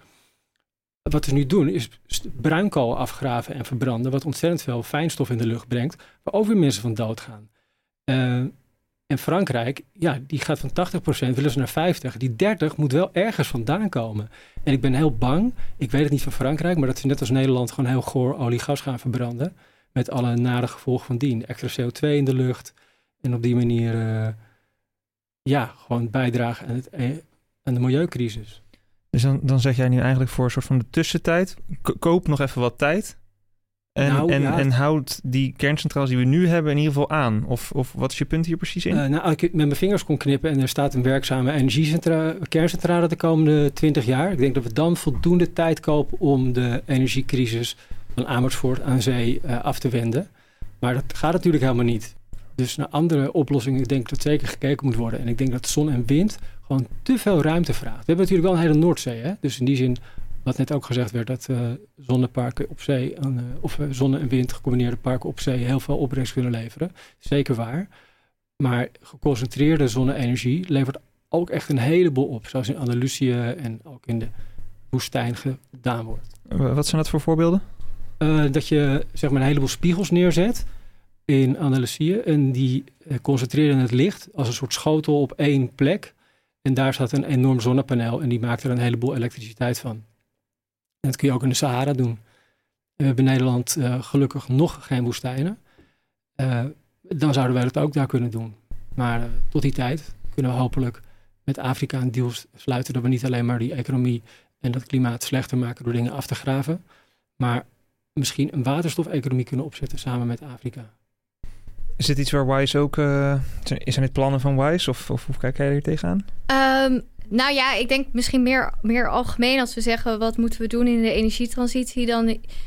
Wat we nu doen is bruinkool afgraven en verbranden, wat ontzettend veel fijnstof in de lucht brengt, waar ook weer mensen van doodgaan. Uh, en Frankrijk, ja, die gaat van tachtig procent, willen ze naar vijftig. Die dertig moet wel ergens vandaan komen. En ik ben heel bang, ik weet het niet van Frankrijk, maar dat ze net als Nederland gewoon heel goor olie-gas gaan verbranden. Met alle nare gevolgen van dien. Extra C O twee in de lucht. En op die manier, uh, ja, gewoon bijdragen aan, het, aan de milieucrisis. Dus dan, dan zeg jij nu eigenlijk voor een soort van de tussentijd, K- koop nog even wat tijd. En, nou, en, ja. en houd die kerncentrales die we nu hebben in ieder geval aan. Of, of wat is je punt hier precies in? Uh, nou, als ik met mijn vingers kon knippen en er staat een werkzame energiecentra- kerncentrale de komende twintig jaar. Ik denk dat we dan voldoende tijd kopen om de energiecrisis van Amersfoort aan zee uh, af te wenden. Maar dat gaat natuurlijk helemaal niet. Dus naar andere oplossingen, ik denk dat zeker gekeken moet worden. En ik denk dat zon en wind gewoon te veel ruimte vraagt. We hebben natuurlijk wel een hele Noordzee. Hè? Dus in die zin, wat net ook gezegd werd, dat uh, zonneparken op zee, uh, of uh, zonne- en wind gecombineerde parken op zee heel veel opbrengst kunnen leveren. Zeker waar. Maar geconcentreerde zonne-energie levert ook echt een heleboel op. Zoals in Andalusië en ook in de woestijn gedaan wordt. Wat zijn dat voor voorbeelden? Uh, dat je zeg maar een heleboel spiegels neerzet in Andalusië. En die uh, concentreren het licht als een soort schotel op één plek. En daar staat een enorm zonnepaneel en die maakt er een heleboel elektriciteit van. En dat kun je ook in de Sahara doen. We hebben in Nederland uh, gelukkig nog geen woestijnen. Uh, dan zouden wij dat ook daar kunnen doen. Maar uh, tot die tijd kunnen we hopelijk met Afrika een deal sluiten dat we niet alleen maar die economie en dat klimaat slechter maken door dingen af te graven. Maar misschien een waterstofeconomie kunnen opzetten samen met Afrika. Is dit iets waar Wise ook... Uh, zijn dit plannen van Wise? Of, of hoe kijk jij er tegenaan? Um, nou ja, ik denk misschien meer, meer algemeen als we zeggen... wat moeten we doen in de energietransitie... dan,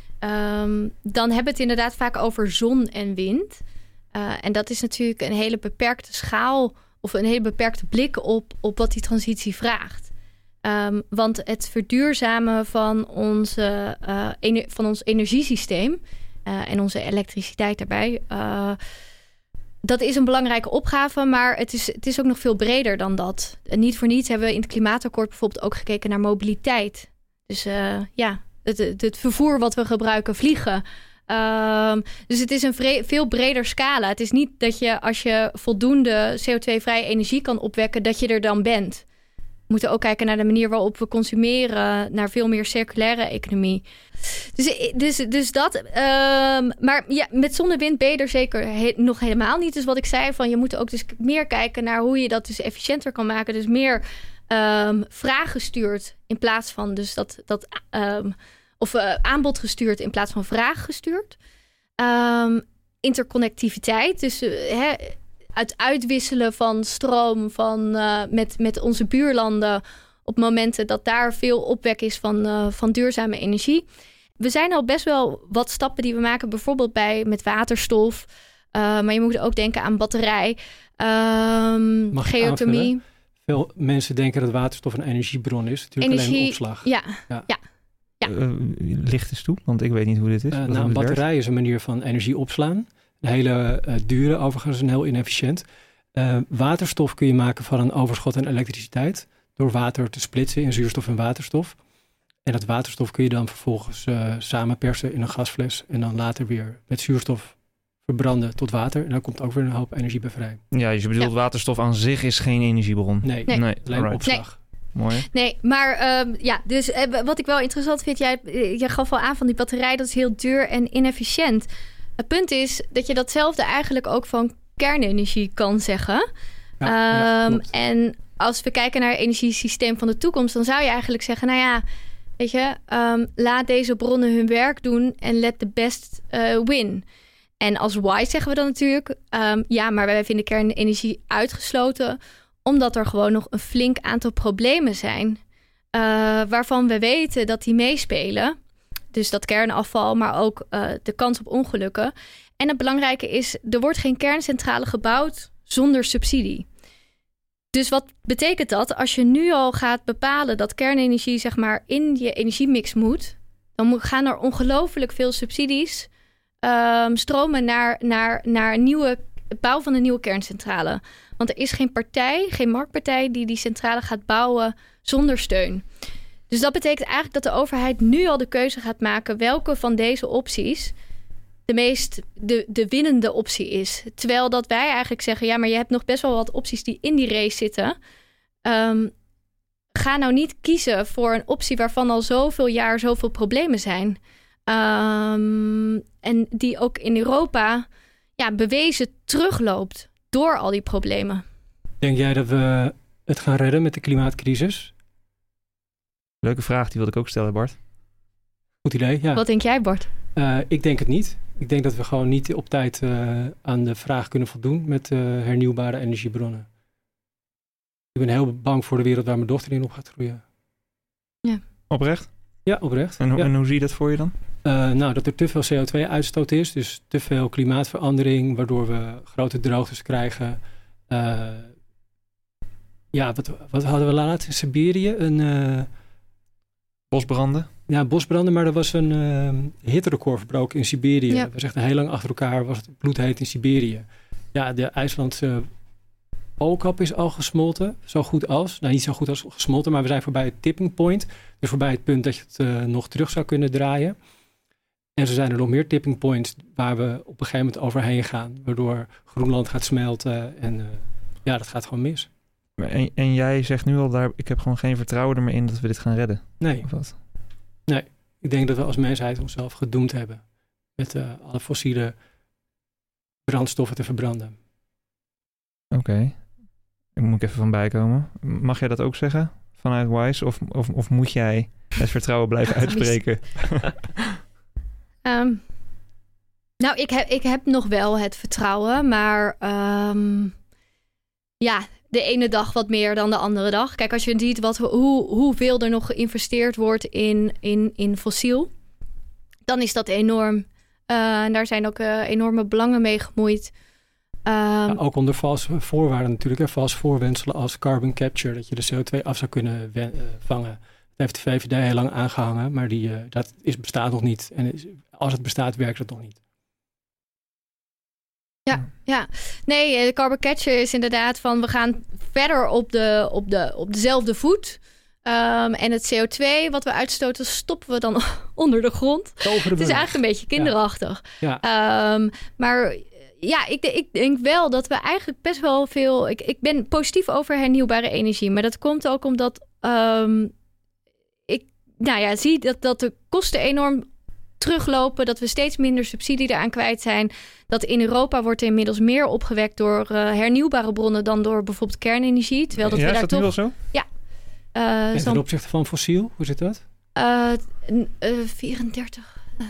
um, dan hebben we het inderdaad vaak over zon en wind. Uh, en dat is natuurlijk een hele beperkte schaal... of een hele beperkte blik op, op wat die transitie vraagt. Um, want het verduurzamen van, onze, uh, ener- van ons energiesysteem... Uh, en onze elektriciteit daarbij... Uh, dat is een belangrijke opgave, maar het is, het is ook nog veel breder dan dat. En niet voor niets hebben we in het klimaatakkoord bijvoorbeeld ook gekeken naar mobiliteit. Dus uh, ja, het, het, het vervoer wat we gebruiken, vliegen. Um, dus het is een vre- veel breder scala. Het is niet dat je als je voldoende C O twee vrije energie kan opwekken, dat je er dan bent. We moeten ook kijken naar de manier waarop we consumeren, naar veel meer circulaire economie. Dus, dus, dus dat. Um, maar ja, met zon en wind ben je er zeker he- nog helemaal niet. Dus wat ik zei, van je moet ook dus meer kijken naar hoe je dat dus efficiënter kan maken. Dus meer um, vraag gestuurd in plaats van dus dat, dat um, of uh, aanbod gestuurd in plaats van vraag gestuurd. Um, interconnectiviteit, dus uh, hè, het uitwisselen van stroom van, uh, met, met onze buurlanden op momenten dat daar veel opwek is van, uh, van duurzame energie. We zijn al best wel wat stappen die we maken, bijvoorbeeld bij met waterstof. Uh, maar je moet ook denken aan batterij, um, geothermie. Veel mensen denken dat waterstof een energiebron is. Natuurlijk Energie, alleen opslag. Ja, ja. ja. ja. Uh, licht eens toe, want ik weet niet hoe dit is. Uh, nou, een batterij werkt. Is een manier van energie opslaan. Een hele uh, dure, overigens en heel inefficiënt. Uh, waterstof kun je maken van een overschot aan elektriciteit. Door water te splitsen in zuurstof en waterstof. En dat waterstof kun je dan vervolgens uh, samenpersen in een gasfles. En dan later weer met zuurstof verbranden tot water. En dan komt ook weer een hoop energie bij vrij. Ja, dus je bedoelt ja. waterstof aan zich is geen energiebron? Nee, nee. nee. alleen right. opslag. Nee. Mooi. Nee, maar um, ja, dus uh, wat ik wel interessant vind... Jij, jij gaf al aan van die batterij, dat is heel duur en inefficiënt. Het punt is dat je datzelfde eigenlijk ook van kernenergie kan zeggen. Ja, um, ja, en als we kijken naar het energiesysteem van de toekomst... dan zou je eigenlijk zeggen, nou ja, weet je... Um, laat deze bronnen hun werk doen en let the best uh, win. En als Wise zeggen we dan natuurlijk... Um, ja, maar wij vinden kernenergie uitgesloten... omdat er gewoon nog een flink aantal problemen zijn... Uh, waarvan we weten dat die meespelen... Dus dat kernafval, maar ook uh, de kans op ongelukken. En het belangrijke is, er wordt geen kerncentrale gebouwd zonder subsidie. Dus wat betekent dat? Als je nu al gaat bepalen dat kernenergie zeg maar in je energiemix moet... dan gaan er ongelooflijk veel subsidies um, stromen naar, naar, naar nieuwe, bouw van een nieuwe kerncentrale. Want er is geen partij, geen marktpartij die die centrale gaat bouwen zonder steun. Dus dat betekent eigenlijk dat de overheid nu al de keuze gaat maken... welke van deze opties de meest de, de winnende optie is. Terwijl dat wij eigenlijk zeggen... ja, maar je hebt nog best wel wat opties die in die race zitten. Um, ga nou niet kiezen voor een optie... waarvan al zoveel jaar zoveel problemen zijn. Um, en die ook in Europa ja, bewezen terugloopt door al die problemen. Denk jij dat we het gaan redden met de klimaatcrisis? Leuke vraag, die wilde ik ook stellen, Bart. Goed idee, ja. Wat denk jij, Bart? Uh, ik denk het niet. Ik denk dat we gewoon niet op tijd uh, aan de vraag kunnen voldoen met uh, hernieuwbare energiebronnen. Ik ben heel bang voor de wereld waar mijn dochter in op gaat groeien. Ja. Oprecht? Ja, oprecht. En, ho- ja. en hoe zie je dat voor je dan? Uh, nou, dat er te veel C O twee uitstoot is, dus te veel klimaatverandering, waardoor we grote droogtes krijgen. Uh, ja, wat, wat hadden we laatst in Siberië? Een... Uh, Bosbranden? Ja, bosbranden, maar er was een uh, hitterecord verbroken in Siberië. Ja. Dat was echt heel lang achter elkaar, was het bloedheet in Siberië. Ja, de IJslandse poolkap is al gesmolten, zo goed als. Nou, niet zo goed als gesmolten, maar we zijn voorbij het tipping point. Dus voorbij het punt dat je het uh, nog terug zou kunnen draaien. En zo zijn er nog meer tipping points waar we op een gegeven moment overheen gaan. Waardoor Groenland gaat smelten en uh, ja, dat gaat gewoon mis. En, en jij zegt nu al, daar, ik heb gewoon geen vertrouwen er meer in dat we dit gaan redden. Nee. Of wat? Nee, ik denk dat we als mensheid onszelf gedoemd hebben. Met uh, alle fossiele brandstoffen te verbranden. Oké. Okay. Daar moet ik even van bijkomen. Mag jij dat ook zeggen vanuit Wise? Of, of, of moet jij Het vertrouwen blijven uitspreken. um, nou, ik heb, ik heb nog wel het vertrouwen, maar um, ja, de ene dag wat meer dan de andere dag. Kijk, als je ziet wat, hoe, hoeveel er nog geïnvesteerd wordt in, in, in fossiel, dan is dat enorm. Uh, en daar zijn ook uh, enorme belangen mee gemoeid. Um, ja, ook onder valse voorwaarden natuurlijk. Hè, valse voorwendselen als carbon capture, dat je de C O twee af zou kunnen wen, uh, vangen. Dat heeft de V V D heel lang aangehangen, maar die, uh, dat is, bestaat nog niet. En is, als het bestaat, werkt het nog niet. Ja, ja. Nee, de carbon capture is inderdaad van we gaan verder op, de, op, de, op dezelfde voet. Um, en het C O twee wat we uitstoten, stoppen we dan onder de grond. De het is eigenlijk een beetje kinderachtig. Ja. Ja. Um, maar ja, ik, ik denk wel dat we eigenlijk best wel veel... Ik, ik ben positief over hernieuwbare energie. Maar dat komt ook omdat um, ik nou ja, zie dat, dat de kosten enorm teruglopen. Dat we steeds minder subsidie eraan kwijt zijn. Dat in Europa wordt er inmiddels meer opgewekt door uh, hernieuwbare bronnen dan door bijvoorbeeld kernenergie. Terwijl dat ja, we daar is dat toch... nu wel zo? Ja. Uh, en ten dan... opzichte van fossiel, hoe zit dat? Uh, uh, vierendertig. Uh...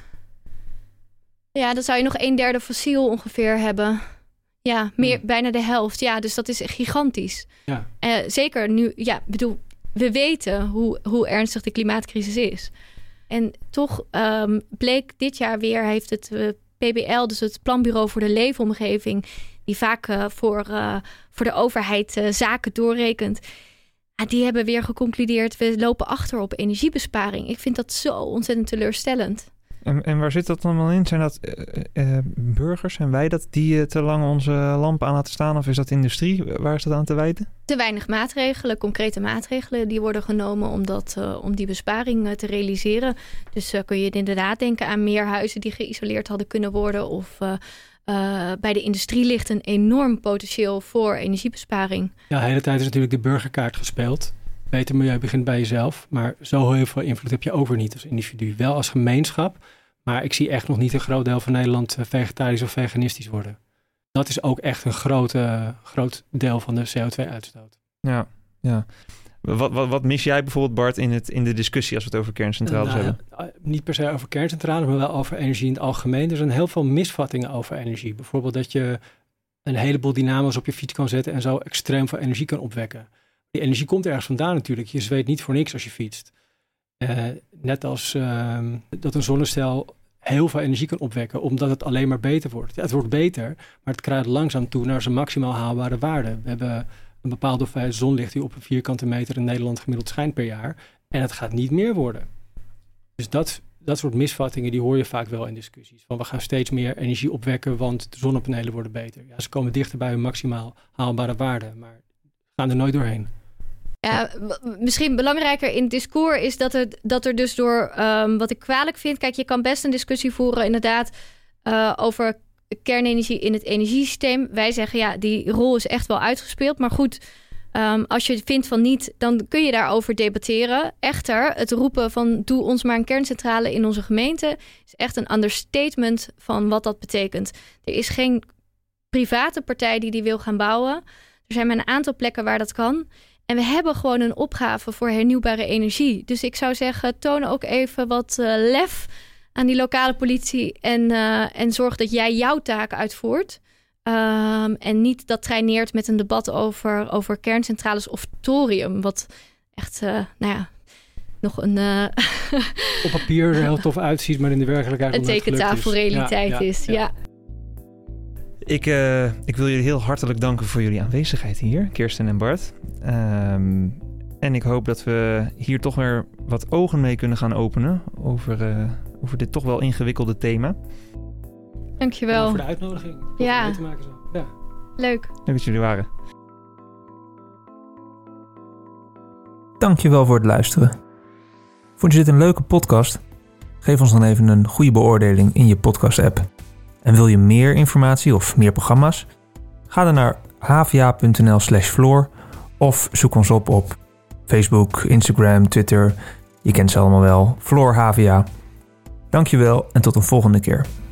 Ja, dan zou je nog een derde fossiel ongeveer hebben. Ja, meer, hmm. bijna de helft. Ja, dus dat is gigantisch. Ja. Uh, zeker nu, ja, bedoel, we weten hoe, hoe ernstig de klimaatcrisis is. En toch um, bleek dit jaar weer, heeft het uh, P B L, dus het Planbureau voor de Leefomgeving, die vaak uh, voor, uh, voor de overheid uh, zaken doorrekent. Ja, die hebben weer geconcludeerd, we lopen achter op energiebesparing. Ik vind dat zo ontzettend teleurstellend. En, en waar zit dat dan wel in? Zijn dat uh, uh, burgers, zijn wij dat die uh, te lang onze lampen aan laten staan? Of is dat industrie? Waar is dat aan te wijten? Te weinig maatregelen, concrete maatregelen die worden genomen om, dat, uh, om die besparing uh, te realiseren. Dus uh, kun je inderdaad denken aan meer huizen die geïsoleerd hadden kunnen worden. Of uh, uh, bij de industrie ligt een enorm potentieel voor energiebesparing. Ja, de hele tijd is natuurlijk de burgerkaart gespeeld. Beter milieu begint bij jezelf, maar zo heel veel invloed heb je over niet als individu. Wel als gemeenschap, maar ik zie echt nog niet een groot deel van Nederland vegetarisch of veganistisch worden. Dat is ook echt een groot, uh, groot deel van de C O twee uitstoot. Ja, ja. Wat, wat, wat mis jij bijvoorbeeld, Bart, in, het, in de discussie als we het over kerncentrales uh, nou, hebben? Niet per se over kerncentrales, maar wel over energie in het algemeen. Er zijn heel veel misvattingen over energie. Bijvoorbeeld dat je een heleboel dynamo's op je fiets kan zetten en zo extreem veel energie kan opwekken. Die energie komt ergens vandaan natuurlijk. Je zweet niet voor niks als je fietst. Uh, net als uh, dat een zonnecel heel veel energie kan opwekken, omdat het alleen maar beter wordt. Ja, het wordt beter, maar het kruipt langzaam toe naar zijn maximaal haalbare waarde. We hebben een bepaalde hoeveelheid zonlicht die op een vierkante meter in Nederland gemiddeld schijnt per jaar. En het gaat niet meer worden. Dus dat, dat soort misvattingen, die hoor je vaak wel in discussies. Van we gaan steeds meer energie opwekken, want de zonnepanelen worden beter. Ja, ze komen dichter bij hun maximaal haalbare waarde, maar gaan er nooit doorheen. Ja, misschien belangrijker in het discours is dat er, dat er dus door, um, wat ik kwalijk vind... Kijk, je kan best een discussie voeren inderdaad uh, over kernenergie in het energiesysteem. Wij zeggen, ja, die rol is echt wel uitgespeeld. Maar goed, um, als je vindt van niet, dan kun je daarover debatteren. Echter, het roepen van doe ons maar een kerncentrale in onze gemeente is echt een understatement van wat dat betekent. Er is geen private partij die die wil gaan bouwen. Er zijn maar een aantal plekken waar dat kan. En we hebben gewoon een opgave voor hernieuwbare energie. Dus ik zou zeggen, toon ook even wat uh, lef aan die lokale politie. En, uh, en zorg dat jij jouw taak uitvoert. Um, en niet dat traineert met een debat over, over kerncentrales of thorium. Wat echt, uh, nou ja, nog een... Uh, op papier er heel tof uitziet, maar in de werkelijkheid een tekentafelrealiteit is. Ja, ja, is, ja. ja. Ik, uh, ik wil jullie heel hartelijk danken voor jullie aanwezigheid hier, Kirsten en Bart. Um, en ik hoop dat we hier toch weer wat ogen mee kunnen gaan openen over, uh, over dit toch wel ingewikkelde thema. Dankjewel. En voor de uitnodiging. Ja. Mee te maken zo. Ja. Leuk. Leuk dat jullie waren. Dankjewel voor het luisteren. Vond je dit een leuke podcast? Geef ons dan even een goede beoordeling in je podcast-app. En wil je meer informatie of meer programma's? Ga dan naar hva.nl slash floor of zoek ons op op Facebook, Instagram, Twitter. Je kent ze allemaal wel. Floor H V A. Dankjewel en tot een volgende keer.